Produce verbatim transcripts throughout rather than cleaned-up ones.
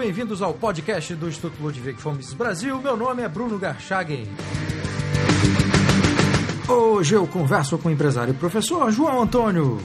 bem-vindos ao podcast do Instituto Ludwig von Mises Brasil. Meu nome é Bruno Garchagen. Hoje eu converso com o empresário e professor João Antônio.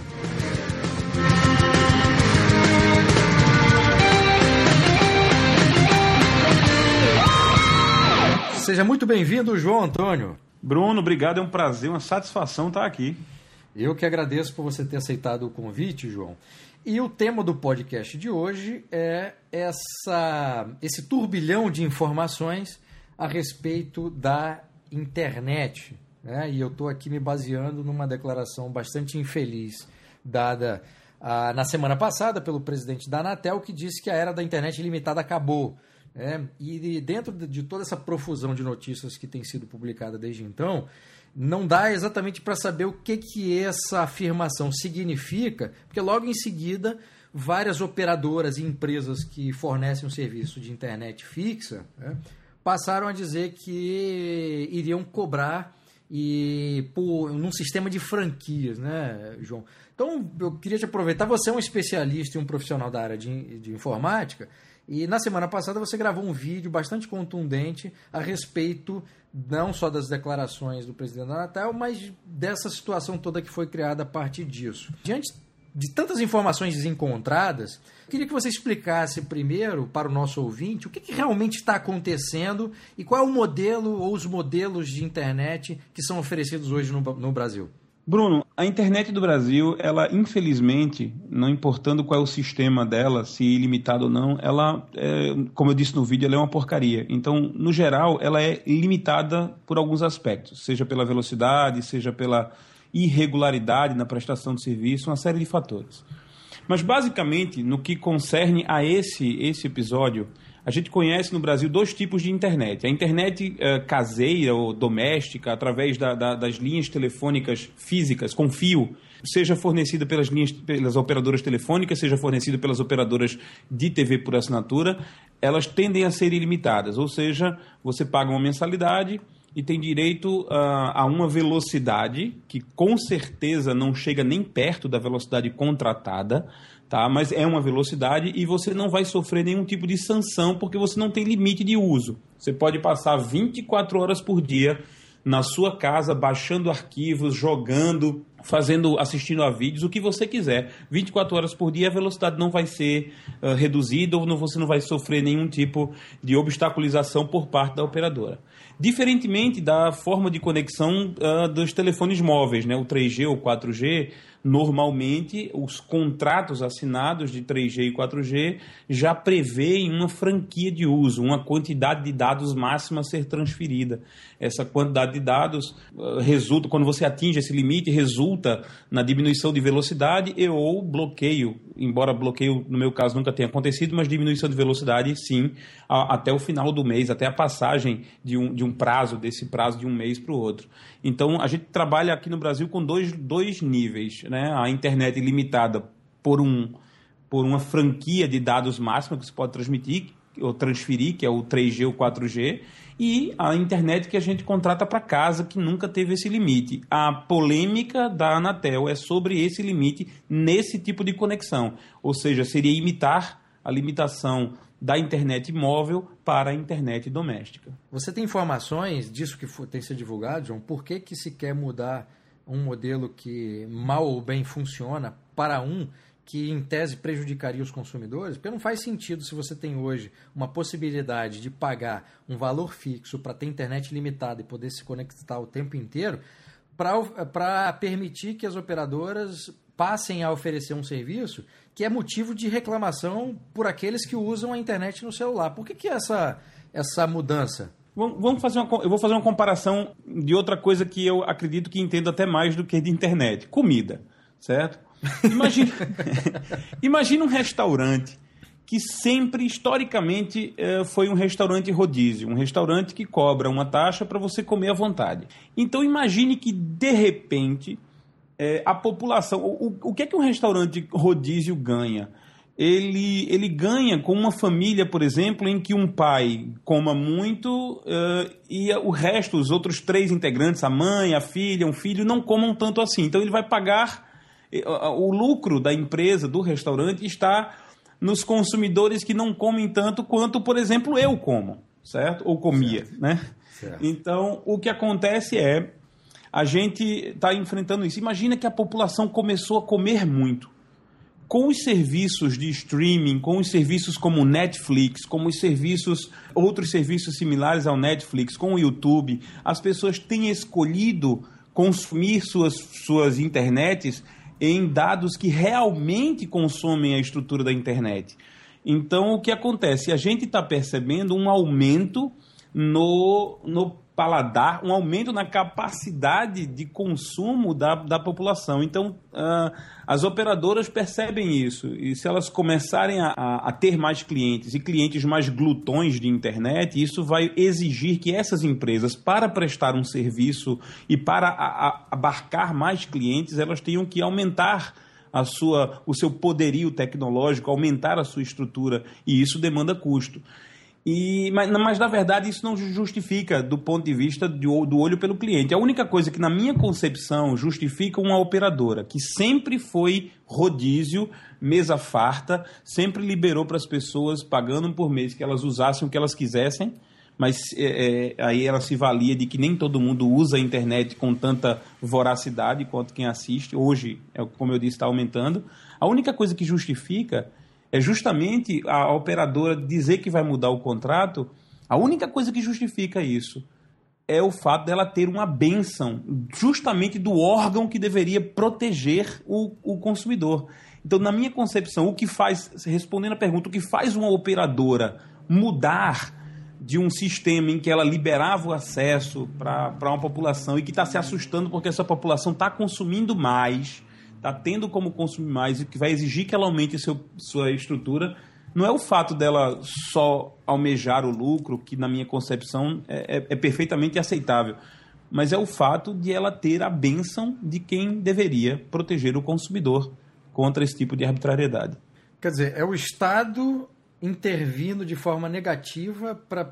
Seja muito bem-vindo, João Antônio. Bruno, obrigado, é um prazer, uma satisfação estar aqui. Eu que agradeço por você ter aceitado o convite, João. E o tema do podcast de hoje é essa, esse turbilhão de informações a respeito da internet, né? E eu estou aqui me baseando numa declaração bastante infeliz dada ah, na semana passada pelo presidente da Anatel, que disse que a era da internet ilimitada acabou. É, e dentro de toda essa profusão de notícias que tem sido publicada desde então, não dá exatamente para saber o que, que essa afirmação significa, porque logo em seguida várias operadoras e empresas que fornecem um serviço de internet fixa, né, passaram a dizer que iriam cobrar e por, num sistema de franquias, né, João? Então eu queria te aproveitar, você é um especialista e um profissional da área de, de informática. E na semana passada você gravou um vídeo bastante contundente a respeito não só das declarações do presidente da Anatel, mas dessa situação toda que foi criada a partir disso. Diante de tantas informações desencontradas, eu queria que você explicasse primeiro para o nosso ouvinte o que, que realmente está acontecendo e qual é o modelo ou os modelos de internet que são oferecidos hoje no, no Brasil. Bruno, a internet do Brasil, ela infelizmente, não importando qual é o sistema dela, se ilimitado ou não, ela, é, como eu disse no vídeo, ela é uma porcaria. Então, no geral, ela é limitada por alguns aspectos, seja pela velocidade, seja pela irregularidade na prestação de serviço, uma série de fatores. Mas, basicamente, no que concerne a esse, esse episódio, a gente conhece no Brasil dois tipos de internet. A internet uh, caseira ou doméstica, através da, da, das linhas telefônicas físicas, com fio, seja fornecida pelas, linhas, pelas operadoras telefônicas, seja fornecida pelas operadoras de T V por assinatura, elas tendem a ser ilimitadas. Ou seja, você paga uma mensalidade e tem direito uh, a uma velocidade que com certeza não chega nem perto da velocidade contratada, tá? Mas é uma velocidade e você não vai sofrer nenhum tipo de sanção porque você não tem limite de uso. Você pode passar vinte e quatro horas por dia na sua casa baixando arquivos, jogando, fazendo, assistindo a vídeos, o que você quiser. vinte e quatro horas por dia a velocidade não vai ser uh, reduzida ou não, você não vai sofrer nenhum tipo de obstaculização por parte da operadora. Diferentemente da forma de conexão uh, dos telefones móveis, né? O três G ou quatro G, normalmente os contratos assinados de três G e quatro G já prevêem uma franquia de uso, uma quantidade de dados máxima a ser transferida. Essa quantidade de dados uh, resulta, quando você atinge esse limite, resulta na diminuição de velocidade e ou bloqueio, embora bloqueio no meu caso nunca tenha acontecido, mas diminuição de velocidade sim, a, até o final do mês, até a passagem de um, de um prazo, desse prazo de um mês para o outro. Então a gente trabalha aqui no Brasil com dois, dois níveis, né? A internet limitada por, um, por uma franquia de dados máxima que você pode transmitir ou transferir, que é o três G ou quatro G, e a internet que a gente contrata para casa, que nunca teve esse limite. A polêmica da Anatel é sobre esse limite nesse tipo de conexão, ou seja, seria imitar a limitação da internet móvel para a internet doméstica. Você tem informações disso que for, tem sido divulgado, João? Por que que se quer mudar um modelo que mal ou bem funciona para um que em tese prejudicaria os consumidores? Porque não faz sentido se você tem hoje uma possibilidade de pagar um valor fixo para ter internet limitada e poder se conectar o tempo inteiro, para permitir que as operadoras passem a oferecer um serviço que é motivo de reclamação por aqueles que usam a internet no celular. Por que que essa, essa mudança? Vamos fazer uma, eu vou fazer uma comparação de outra coisa que eu acredito que entendo até mais do que de internet. Comida, certo? Imagina, imagina um restaurante que sempre, historicamente, foi um restaurante rodízio, um restaurante que cobra uma taxa para você comer à vontade. Então imagine que, de repente, a população... O, o que é que um restaurante rodízio ganha? Ele, ele ganha com uma família, por exemplo, em que um pai coma muito uh, e o resto, os outros três integrantes, a mãe, a filha, um filho, não comam tanto assim. Então ele vai pagar... O lucro da empresa, do restaurante, está nos consumidores que não comem tanto quanto, por exemplo, eu como, certo? Ou comia, certo. né? Certo. Então, o que acontece é, a gente está enfrentando isso. Imagina que a população começou a comer muito. Com os serviços de streaming, com os serviços como Netflix, como os serviços, outros serviços similares ao Netflix, com o YouTube, as pessoas têm escolhido consumir suas, suas internets em dados que realmente consomem a estrutura da internet. Então, o que acontece? A gente está percebendo um aumento no, no paladar, um aumento na capacidade de consumo da, da população. Então, uh, as operadoras percebem isso. E se elas começarem a, a, a ter mais clientes e clientes mais glutões de internet, isso vai exigir que essas empresas, para prestar um serviço e para a, a, abarcar mais clientes, elas tenham que aumentar a sua, o seu poderio tecnológico, aumentar a sua estrutura, e isso demanda custo. E, mas, mas, na verdade, isso não justifica do ponto de vista de, do olho pelo cliente. A única coisa que, na minha concepção, justifica uma operadora que sempre foi rodízio, mesa farta, sempre liberou para as pessoas, pagando por mês, que elas usassem o que elas quisessem, mas é, é, aí ela se valia de que nem todo mundo usa a internet com tanta voracidade quanto quem assiste. Hoje, é, como eu disse, está aumentando. A única coisa que justifica é justamente a operadora dizer que vai mudar o contrato. A única coisa que justifica isso é o fato dela ter uma bênção justamente do órgão que deveria proteger o, o consumidor. Então, na minha concepção, o que faz, respondendo a pergunta, o que faz uma operadora mudar de um sistema em que ela liberava o acesso para uma população e que está se assustando porque essa população está consumindo mais, está tendo como consumir mais e que vai exigir que ela aumente seu, sua estrutura, não é o fato dela só almejar o lucro, que na minha concepção é, é, é perfeitamente aceitável, mas é o fato de ela ter a bênção de quem deveria proteger o consumidor contra esse tipo de arbitrariedade. Quer dizer, é o Estado intervindo de forma negativa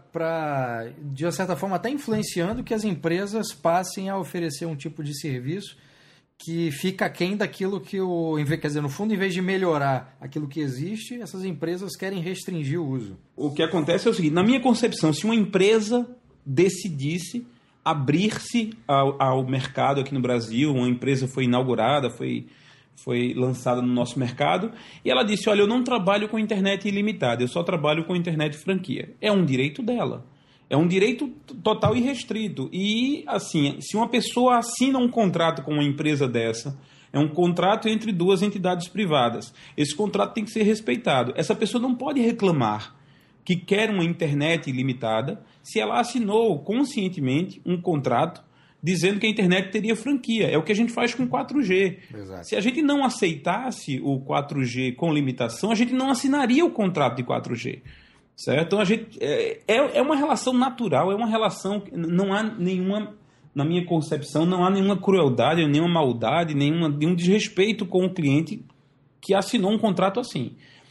para, de certa forma, até influenciando que as empresas passem a oferecer um tipo de serviço que fica aquém daquilo que o... Quer dizer, no fundo, em vez de melhorar aquilo que existe, essas empresas querem restringir o uso. O que acontece é o seguinte, na minha concepção, se uma empresa decidisse abrir-se ao, ao mercado aqui no Brasil, uma empresa foi inaugurada, foi, foi lançada no nosso mercado, e ela disse, olha, eu não trabalho com internet ilimitada, eu só trabalho com internet franquia. É um direito dela. É um direito total e restrito. E, assim, se uma pessoa assina um contrato com uma empresa dessa, é um contrato entre duas entidades privadas. Esse contrato tem que ser respeitado. Essa pessoa não pode reclamar que quer uma internet ilimitada se ela assinou conscientemente um contrato dizendo que a internet teria franquia. É o que a gente faz com quatro G. Exato. Se a gente não aceitasse o quatro G com limitação, a gente não assinaria o contrato de quatro G. Certo? Então, a gente, é, é uma relação natural, é uma relação que não há nenhuma, na minha concepção, não há nenhuma crueldade, nenhuma maldade, nenhuma, nenhum desrespeito com o cliente que assinou um contrato assim.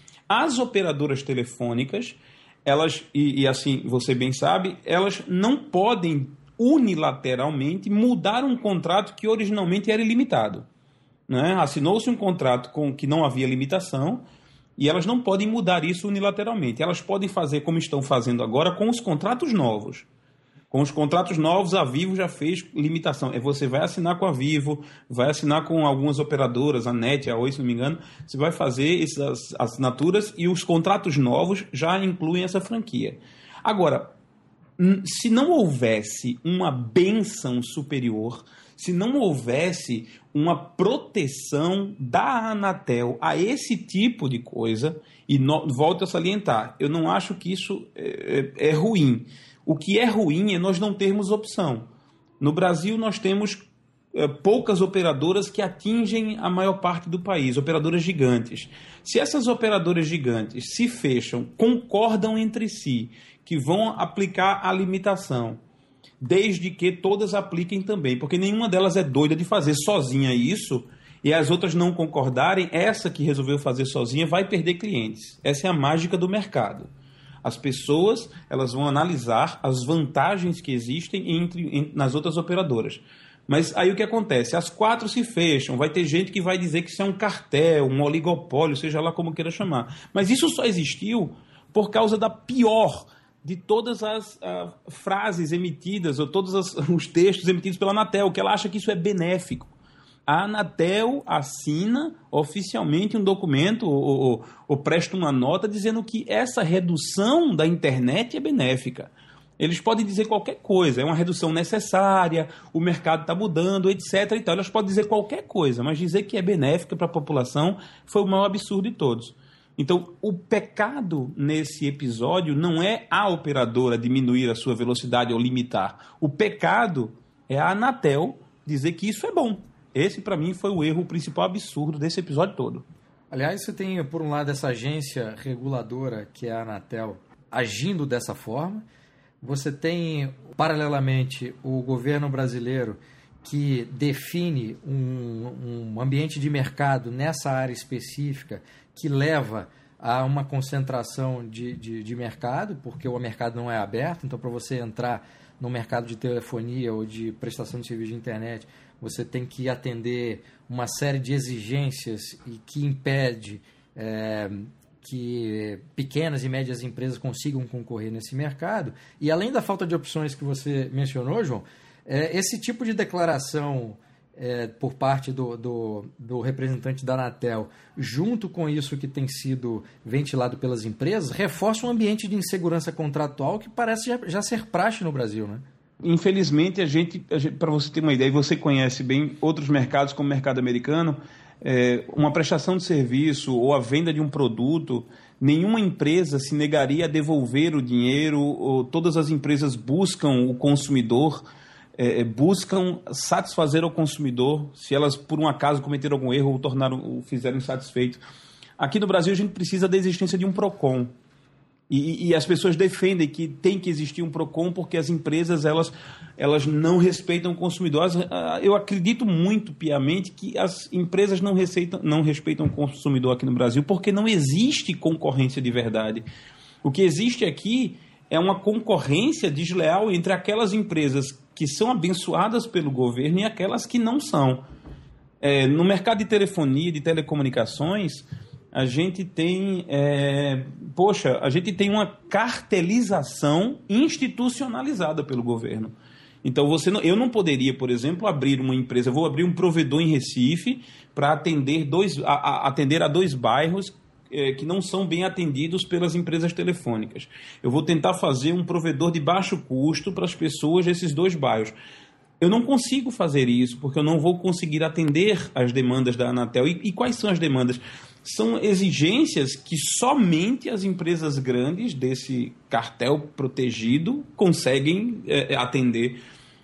As operadoras telefônicas, elas, e, e assim você bem sabe, elas não podem unilateralmente mudar um contrato que originalmente era ilimitado. Né? Assinou-se um contrato com que não havia limitação, e elas não podem mudar isso unilateralmente. Elas podem fazer como estão fazendo agora com os contratos novos. Com os contratos novos, a Vivo já fez limitação. Você vai assinar com a Vivo, vai assinar com algumas operadoras, a NET, a Oi, se não me engano. Você vai fazer essas assinaturas e os contratos novos já incluem essa franquia. Agora, se não houvesse uma bênção superior, se não houvesse uma proteção da Anatel a esse tipo de coisa, e no, volto a salientar, eu não acho que isso é, é, é ruim. O que é ruim é nós não termos opção. No Brasil, nós temos é, poucas operadoras que atingem a maior parte do país, operadoras gigantes. Se essas operadoras gigantes se fecham, concordam entre si que vão aplicar a limitação, desde que todas apliquem também, porque nenhuma delas é doida de fazer sozinha isso, e as outras não concordarem, essa que resolveu fazer sozinha vai perder clientes. Essa é a mágica do mercado. As pessoas, elas vão analisar as vantagens que existem entre, entre, nas outras operadoras. Mas aí o que acontece? As quatro se fecham, vai ter gente que vai dizer que isso é um cartel, um oligopólio, seja lá como queira chamar. Mas isso só existiu por causa da pior de todas as uh, frases emitidas, ou todos as, os textos emitidos pela Anatel, que ela acha que isso é benéfico. A Anatel assina oficialmente um documento, ou, ou, ou presta uma nota dizendo que essa redução da internet é benéfica. Eles podem dizer qualquer coisa, é uma redução necessária, o mercado está mudando, etcétera. Então, elas podem dizer qualquer coisa, mas dizer que é benéfica para a população foi o maior absurdo de todos. Então, o pecado nesse episódio não é a operadora diminuir a sua velocidade ou limitar. O pecado é a Anatel dizer que isso é bom. Esse, para mim, foi o erro, o principal absurdo desse episódio todo. Aliás, você tem, por um lado, essa agência reguladora, que é a Anatel, agindo dessa forma. Você tem, paralelamente, o governo brasileiro que define um, um ambiente de mercado nessa área específica que leva a uma concentração de, de, de mercado, porque o mercado não é aberto. Então, para você entrar no mercado de telefonia ou de prestação de serviço de internet, você tem que atender uma série de exigências e que impede é, que pequenas e médias empresas consigam concorrer nesse mercado. E além da falta de opções que você mencionou, João, é, esse tipo de declaração é, por parte do, do, do representante da Anatel, junto com isso que tem sido ventilado pelas empresas, reforça um ambiente de insegurança contratual que parece já, já ser praxe no Brasil, né? Infelizmente, a gente, a gente para você ter uma ideia, e você conhece bem outros mercados como o mercado americano, é, uma prestação de serviço ou a venda de um produto, nenhuma empresa se negaria a devolver o dinheiro, ou todas as empresas buscam o consumidor, é, buscam satisfazer o consumidor, se elas por um acaso cometeram algum erro ou tornaram, ou fizeram insatisfeito. Aqui no Brasil a gente precisa da existência de um PROCON. E, e as pessoas defendem que tem que existir um PROCON porque as empresas elas, elas não respeitam o consumidor. Eu acredito muito piamente que as empresas não, receitam, não respeitam o consumidor aqui no Brasil porque não existe concorrência de verdade. O que existe aqui é uma concorrência desleal entre aquelas empresas que são abençoadas pelo governo e aquelas que não são. É, no mercado de telefonia, de telecomunicações, a gente tem, é, poxa, a gente tem uma cartelização institucionalizada pelo governo. Então, você não, eu não poderia, por exemplo, abrir uma empresa, vou abrir um provedor em Recife para atender, dois, a, a, atender a dois bairros é, que não são bem atendidos pelas empresas telefônicas. Eu vou tentar fazer um provedor de baixo custo para as pessoas desses dois bairros. Eu não consigo fazer isso, porque eu não vou conseguir atender as demandas da Anatel. E, e quais são as demandas? São exigências que somente as empresas grandes desse cartel protegido conseguem é, atender.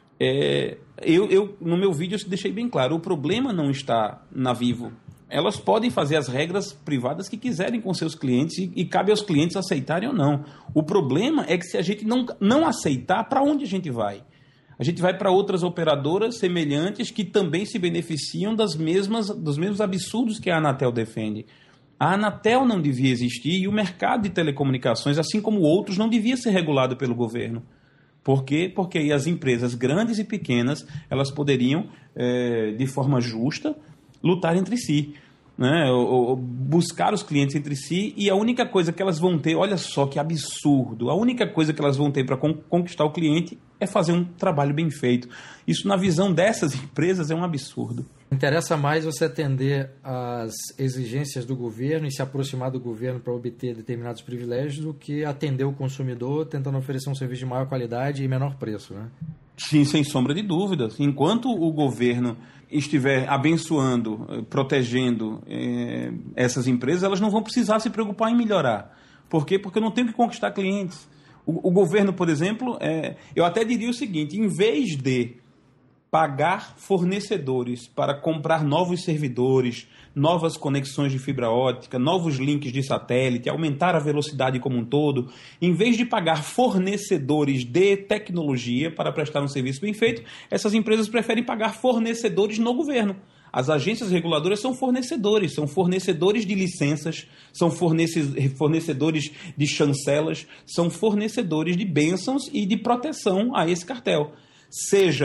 É, eu, eu, no meu vídeo eu deixei bem claro, o problema não está na Vivo. Elas podem fazer as regras privadas que quiserem com seus clientes e, e cabe aos clientes aceitarem ou não. O problema é que se a gente não, não aceitar, para onde a gente vai? A gente vai para outras operadoras semelhantes que também se beneficiam das mesmas, dos mesmos absurdos que a Anatel defende. A Anatel não devia existir e o mercado de telecomunicações, assim como outros, não devia ser regulado pelo governo. Por quê? Porque aí as empresas grandes e pequenas elas poderiam, é, de forma justa, lutar entre si, né? ou, ou buscar os clientes entre si, e a única coisa que elas vão ter, olha só que absurdo, a única coisa que elas vão ter para con- conquistar o cliente é fazer um trabalho bem feito. Isso, na visão dessas empresas, é um absurdo. Interessa mais você atender às exigências do governo e se aproximar do governo para obter determinados privilégios do que atender o consumidor tentando oferecer um serviço de maior qualidade e menor preço, né? Sim, sem sombra de dúvidas. Enquanto o governo estiver abençoando, protegendo eh, essas empresas, elas não vão precisar se preocupar em melhorar. Por quê? Porque eu não tenho que conquistar clientes. O, o governo, por exemplo, é, eu até diria o seguinte, em vez de pagar fornecedores para comprar novos servidores, novas conexões de fibra óptica, novos links de satélite, aumentar a velocidade como um todo, em vez de pagar fornecedores de tecnologia para prestar um serviço bem feito, essas empresas preferem pagar fornecedores no governo. As agências reguladoras são fornecedores, são fornecedores de licenças, são fornecedores de chancelas, são fornecedores de bênçãos e de proteção a esse cartel. Seja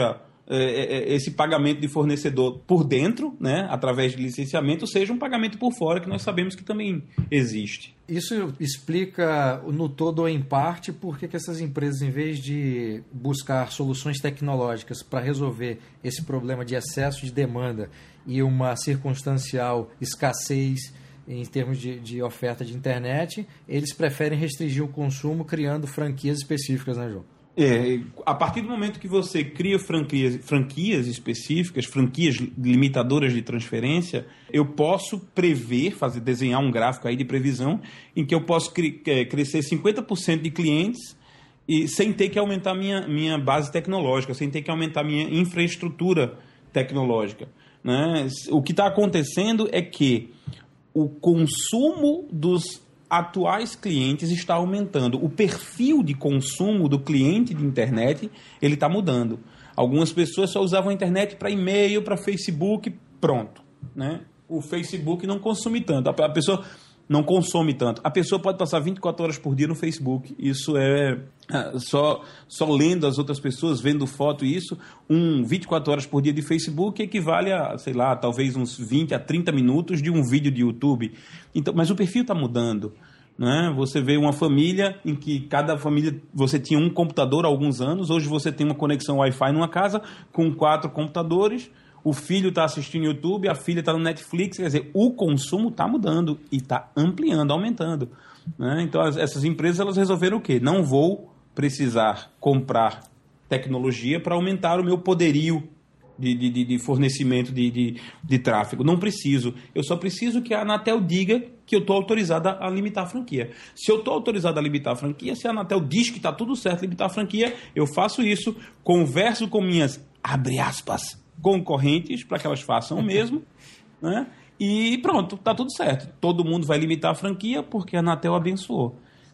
é, esse pagamento de fornecedor por dentro, né, através de licenciamento, seja um pagamento por fora, que nós sabemos que também existe. Isso explica no todo ou em parte por que essas empresas, em vez de buscar soluções tecnológicas para resolver esse problema de excesso de demanda e uma circunstancial escassez em termos de, de oferta de internet, eles preferem restringir o consumo criando franquias específicas, né, João? É, a partir do momento que você cria franquias, franquias específicas, franquias limitadoras de transferência, eu posso prever, fazer, desenhar um gráfico aí de previsão em que eu posso cre- crescer cinquenta por cento de clientes e, sem ter que aumentar minha, minha base tecnológica, sem ter que aumentar minha infraestrutura tecnológica, né? O que está acontecendo é que o consumo dos atuais clientes está aumentando. O perfil de consumo do cliente de internet, ele está mudando. Algumas pessoas só usavam a internet para e-mail, para Facebook, pronto, né? O Facebook não consome tanto. A pessoa não consome tanto. A pessoa pode passar vinte e quatro horas por dia no Facebook. Isso é só, só lendo as outras pessoas, vendo foto, isso, um vinte e quatro horas por dia de Facebook equivale a, sei lá, talvez uns vinte a trinta minutos de um vídeo de YouTube. Então, mas o perfil está mudando, né? Você vê uma família em que cada família, você tinha um computador há alguns anos, hoje você tem uma conexão Wi-Fi numa casa com quatro computadores, o filho está assistindo YouTube, a filha está no Netflix, quer dizer, o consumo está mudando e está ampliando, aumentando, né? Então, as, essas empresas, elas resolveram o quê? Não vou precisar comprar tecnologia para aumentar o meu poderio de, de, de fornecimento de, de, de tráfego. Não preciso. Eu só preciso que a Anatel diga que eu estou autorizado a limitar a franquia. Se eu estou autorizado a limitar a franquia, se a Anatel diz que está tudo certo limitar a franquia, eu faço isso, converso com minhas, abre aspas, concorrentes para que elas façam o mesmo, né? E pronto, está tudo certo. Todo mundo vai limitar a franquia porque a Anatel abençoou.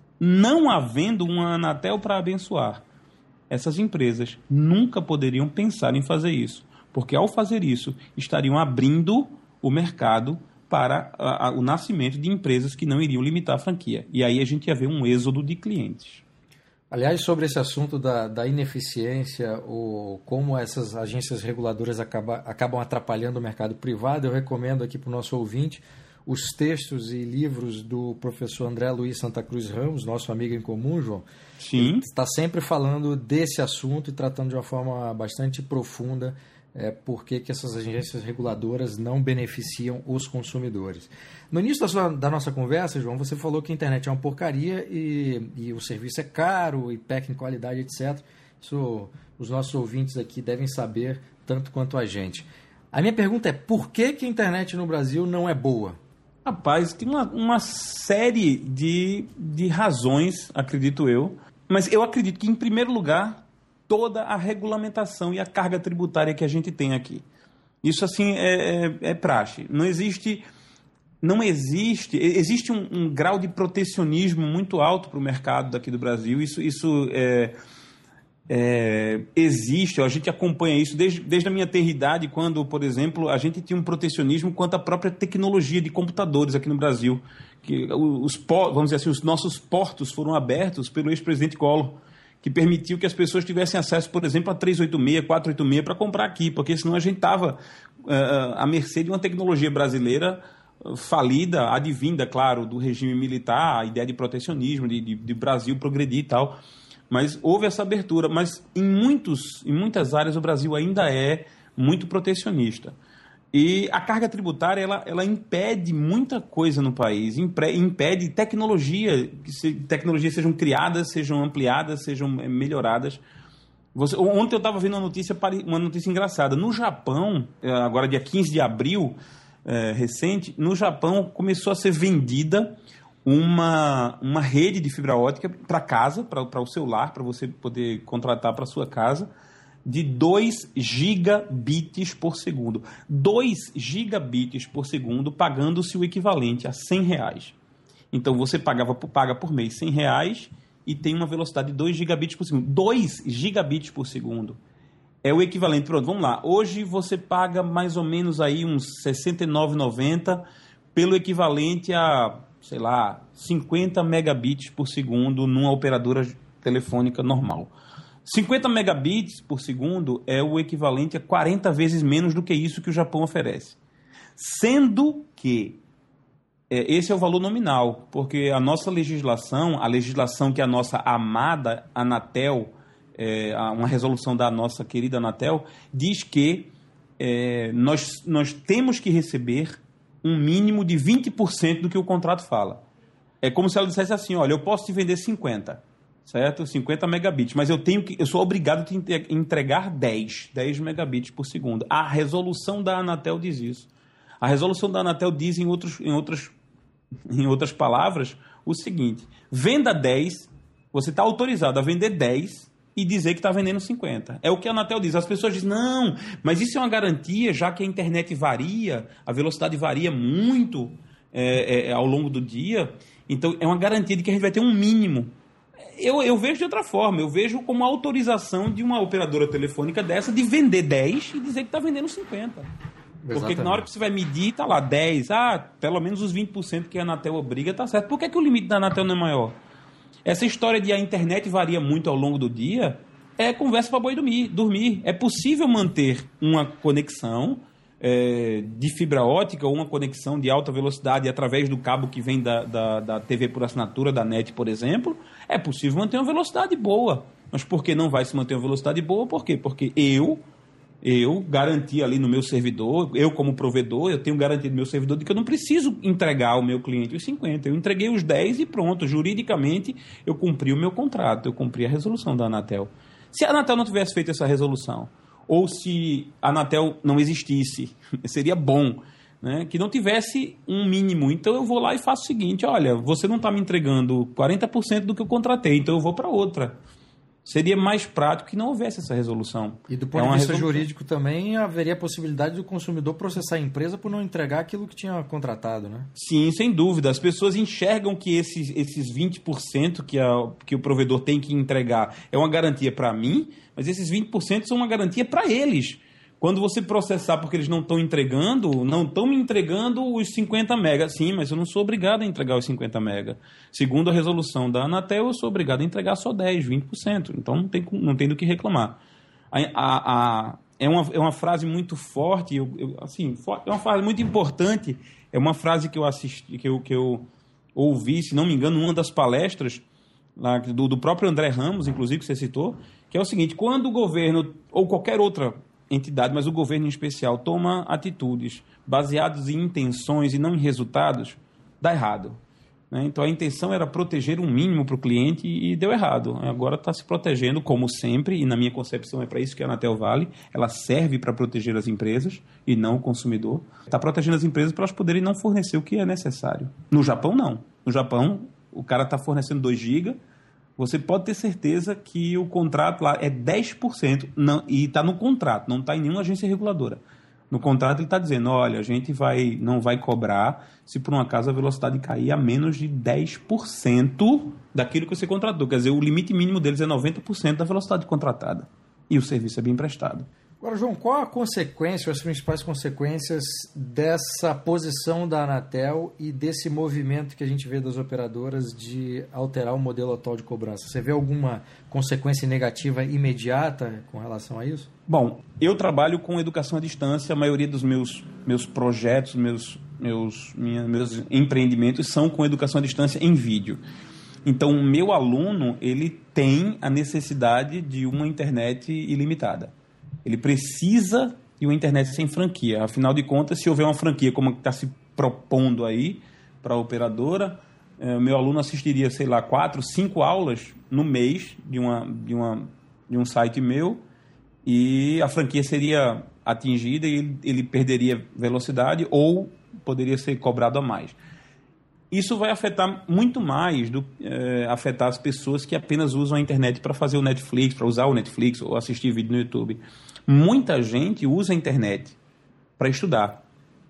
Não havendo uma Anatel para abençoar, essas empresas nunca poderiam pensar em fazer isso, porque ao fazer isso estariam abrindo o mercado para a, a, o nascimento de empresas que não iriam limitar a franquia. E aí a gente ia ver um êxodo de clientes. Aliás, sobre esse assunto da, da ineficiência, ou como essas agências reguladoras acaba, acabam atrapalhando o mercado privado, eu recomendo aqui para o nosso ouvinte os textos e livros do professor André Luiz Santa Cruz Ramos, nosso amigo em comum, João. Sim. Ele está sempre falando desse assunto e tratando de uma forma bastante profunda é, por que essas agências reguladoras não beneficiam os consumidores. No início da, sua, da nossa conversa, João, você falou que a internet é uma porcaria e, e o serviço é caro e peca em qualidade, etcétera. Isso os nossos ouvintes aqui devem saber tanto quanto a gente. A minha pergunta é, por que, que a internet no Brasil não é boa? Rapaz, tem uma, uma série de, de razões, acredito eu. Mas eu acredito que, em primeiro lugar, toda a regulamentação e a carga tributária que a gente tem aqui. Isso, assim, é, é, é praxe. Não existe... Não existe... Existe um, um grau de protecionismo muito alto para o mercado daqui do Brasil. Isso, isso é... É, existe, a gente acompanha isso desde, desde a minha tenridade, quando, por exemplo, a gente tinha um protecionismo quanto à própria tecnologia de computadores aqui no Brasil, que os, vamos dizer assim, os nossos portos foram abertos pelo ex-presidente Collor, que permitiu que as pessoas tivessem acesso, por exemplo, a trezentos e oitenta e seis, quatrocentos e oitenta e seis para comprar aqui, porque senão a gente estava uh, à mercê de uma tecnologia brasileira falida, advinda, claro, do regime militar, a ideia de protecionismo, de, de, de Brasil progredir e tal. Mas houve essa abertura, mas em, muitos, em muitas áreas o Brasil ainda é muito protecionista. E a carga tributária, ela, ela impede muita coisa no país, impede tecnologia, que se, tecnologias sejam criadas, sejam ampliadas, sejam melhoradas. Você, ontem eu estava vendo uma notícia, uma notícia engraçada. No Japão, agora dia quinze de abril, é, recente, no Japão começou a ser vendida uma, uma rede de fibra ótica para casa, para o seu lar, para você poder contratar para a sua casa, de dois gigabits por segundo. dois gigabits por segundo, pagando-se o equivalente a cem reais. Então, você pagava, paga por mês cem reais e tem uma velocidade de dois gigabits por segundo. dois gigabits por segundo é o equivalente. Pronto, vamos lá. Hoje você paga mais ou menos aí uns sessenta e nove reais e noventa centavos pelo equivalente a, sei lá, cinquenta megabits por segundo numa operadora telefônica normal. cinquenta megabits por segundo é o equivalente a quarenta vezes menos do que isso que o Japão oferece. Sendo que é, esse é o valor nominal, porque a nossa legislação, a legislação que a nossa amada Anatel, é, uma resolução da nossa querida Anatel, diz que é, nós, nós temos que receber um mínimo de vinte por cento do que o contrato fala. É como se ela dissesse assim, olha, eu posso te vender cinquenta, certo? cinquenta megabits, mas eu tenho que, eu sou obrigado a te entregar dez, dez megabits por segundo. A resolução da Anatel diz isso. A resolução da Anatel diz, em, outros, em, outros, em outras palavras, o seguinte: venda dez, você está autorizado a vender dez e dizer que está vendendo cinquenta. É o que a Anatel diz. As pessoas dizem, não, mas isso é uma garantia, já que a internet varia, a velocidade varia muito é, é, ao longo do dia, então é uma garantia de que a gente vai ter um mínimo. Eu, eu vejo de outra forma, eu vejo como uma autorização de uma operadora telefônica dessa de vender dez e dizer que está vendendo cinquenta. Exatamente. Porque na hora que você vai medir, está lá dez, ah, pelo menos os vinte por cento que a Anatel obriga, está certo. Por que, que o limite da Anatel não é maior? Essa história de a internet varia muito ao longo do dia é conversa para boi dormir, dormir. É possível manter uma conexão é, de fibra ótica ou uma conexão de alta velocidade através do cabo que vem da, da, da T V por assinatura, da NET, por exemplo. É possível manter uma velocidade boa. Mas por que não vai se manter uma velocidade boa? Por quê? Porque eu... Eu garanti ali no meu servidor, eu como provedor, eu tenho garantia no meu servidor de que eu não preciso entregar ao meu cliente os cinquenta. Eu entreguei os dez e pronto. Juridicamente, eu cumpri o meu contrato, eu cumpri a resolução da Anatel. Se a Anatel não tivesse feito essa resolução, ou se a Anatel não existisse, seria bom, né, que não tivesse um mínimo. Então eu vou lá e faço o seguinte, olha, você não está me entregando quarenta por cento do que eu contratei, então eu vou para outra. Seria mais prático que não houvesse essa resolução. E do ponto é de vista resolução. jurídico também, haveria a possibilidade do consumidor processar a empresa por não entregar aquilo que tinha contratado, né? Sim, sem dúvida. As pessoas enxergam que esses, esses vinte por cento que, a, que o provedor tem que entregar é uma garantia para mim, mas esses vinte por cento são uma garantia para eles. Quando você processar porque eles não estão entregando, não estão me entregando os cinquenta megas. Sim, mas eu não sou obrigado a entregar os cinquenta megas. Segundo a resolução da Anatel, eu sou obrigado a entregar só dez, vinte por cento. Então não tem, não tem do que reclamar. A, a, a, é, uma, é uma frase muito forte, eu, eu, assim, é uma frase muito importante. É uma frase que eu assisti, que eu, que eu ouvi, se não me engano, numa das palestras lá, do, do próprio André Ramos, inclusive, que você citou, que é o seguinte: quando o governo ou qualquer outra entidade, mas o governo em especial, toma atitudes baseadas em intenções e não em resultados, dá errado. Né? Então a intenção era proteger um mínimo para o cliente e deu errado. Agora está se protegendo, como sempre, e na minha concepção é para isso que a Anatel vale. Ela serve para proteger as empresas e não o consumidor. Está protegendo as empresas para elas poderem não fornecer o que é necessário. No Japão, não. No Japão, o cara está fornecendo dois gigas, você pode ter certeza que o contrato lá é dez por cento não, e está no contrato, não está em nenhuma agência reguladora. No contrato ele está dizendo, olha, a gente vai, não vai cobrar se por um acaso a velocidade cair a menos de dez por cento daquilo que você contratou. Quer dizer, o limite mínimo deles é noventa por cento da velocidade contratada. E o serviço é bem prestado. Agora, João, qual a consequência, as principais consequências dessa posição da Anatel e desse movimento que a gente vê das operadoras de alterar o modelo atual de cobrança? Você vê alguma consequência negativa imediata com relação a isso? Bom, eu trabalho com educação à distância, a maioria dos meus, meus projetos, meus, meus, minha, meus empreendimentos são com educação à distância em vídeo. Então, o meu aluno, ele tem a necessidade de uma internet ilimitada. Ele precisa de uma internet sem franquia. Afinal de contas, se houver uma franquia como a que está se propondo aí para a operadora, o meu aluno assistiria, sei lá, quatro, cinco aulas no mês de, uma, de, uma, de um site meu e a franquia seria atingida e ele, ele perderia velocidade ou poderia ser cobrado a mais. Isso vai afetar muito mais, do, é, afetar as pessoas que apenas usam a internet para fazer o Netflix, para usar o Netflix ou assistir vídeo no YouTube. Muita gente usa a internet para estudar.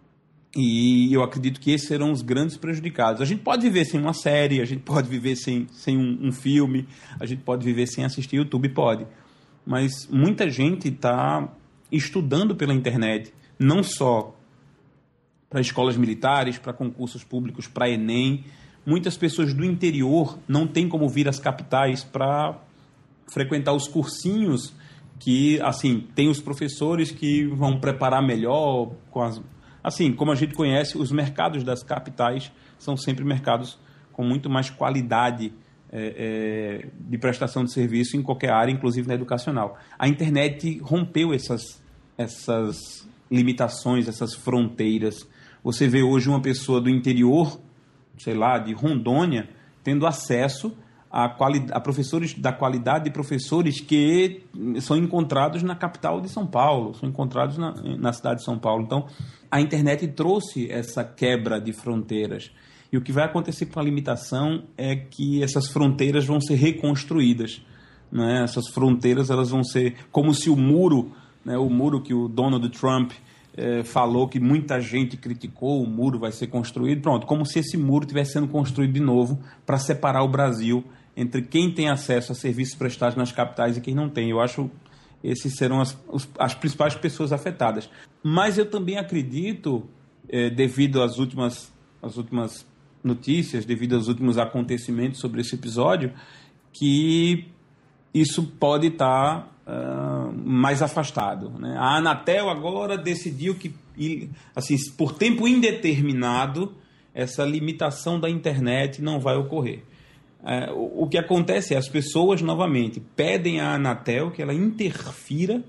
E eu acredito que esses serão os grandes prejudicados. A gente pode viver sem uma série, a gente pode viver sem, sem um, um filme, a gente pode viver sem assistir YouTube, pode. Mas muita gente está estudando pela internet, não só para escolas militares, para concursos públicos, para Enem. Muitas pessoas do interior não têm como vir às capitais para frequentar os cursinhos que, assim, tem os professores que vão preparar melhor com as... Assim, como a gente conhece, os mercados das capitais são sempre mercados com muito mais qualidade é, é, de prestação de serviço em qualquer área, inclusive na educacional. A internet rompeu essas, essas limitações, essas fronteiras. Você vê hoje uma pessoa do interior, sei lá, de Rondônia, tendo acesso a, quali- a professores da qualidade de professores que são encontrados na capital de São Paulo, são encontrados na, na cidade de São Paulo. Então, a internet trouxe essa quebra de fronteiras. E o que vai acontecer com a limitação é que essas fronteiras vão ser reconstruídas, né? Essas fronteiras elas vão ser como se o muro, né, o muro que o Donald Trump eh, falou que muita gente criticou, o muro vai ser construído, pronto, como se esse muro estivesse sendo construído de novo para separar o Brasil entre quem tem acesso a serviços prestados nas capitais e quem não tem. Eu acho que esses serão as, os, as principais pessoas afetadas. Mas eu também acredito, eh, devido às últimas, às últimas notícias, devido aos últimos acontecimentos sobre esse episódio, que isso pode estar uh, mais afastado, né? A Anatel agora decidiu que, assim, por tempo indeterminado, essa limitação da internet não vai ocorrer. Uh, o, o que acontece é as pessoas, novamente, pedem à Anatel que ela interfira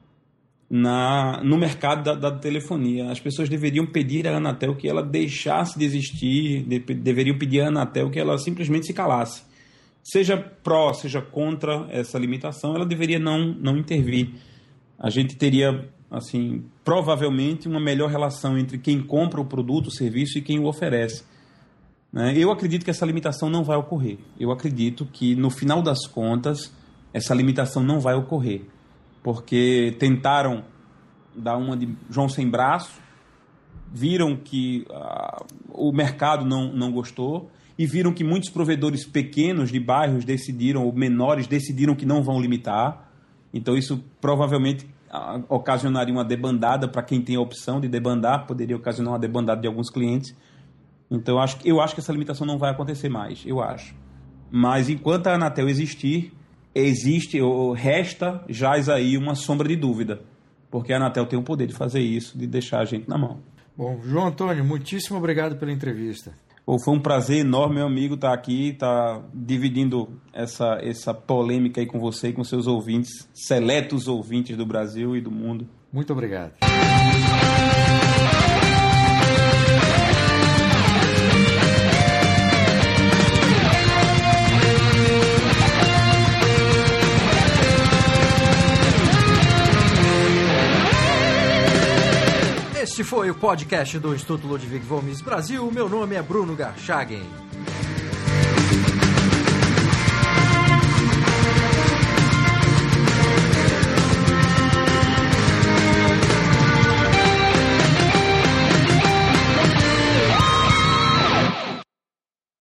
na, no mercado da, da telefonia. As pessoas deveriam pedir à Anatel que ela deixasse de existir, de, deveriam pedir à Anatel que ela simplesmente se calasse. Seja pró, seja contra essa limitação, ela deveria não, não intervir. A gente teria, assim, provavelmente uma melhor relação entre quem compra o produto, o serviço e quem o oferece, né? Eu acredito que essa limitação não vai ocorrer. Eu acredito que, no final das contas, essa limitação não vai ocorrer. Porque tentaram dar uma de João sem braço, viram que uh, o mercado não, não gostou, e viram que muitos provedores pequenos de bairros decidiram, ou menores, decidiram que não vão limitar. Então isso provavelmente ocasionaria uma debandada para quem tem a opção de debandar, poderia ocasionar uma debandada de alguns clientes. Então eu acho, eu acho que essa limitação não vai acontecer mais, eu acho. Mas enquanto a Anatel existir, existe, ou resta, jaz aí uma sombra de dúvida, porque a Anatel tem o poder de fazer isso, de deixar a gente na mão. Bom, João Antônio, muitíssimo obrigado pela entrevista. Foi um prazer enorme, meu amigo, estar aqui, estar dividindo essa, essa polêmica aí com você e com seus ouvintes, seletos ouvintes do Brasil e do mundo. Muito obrigado. Este foi o podcast do Instituto Ludwig von Mises Brasil. Meu nome é Bruno Garchagen.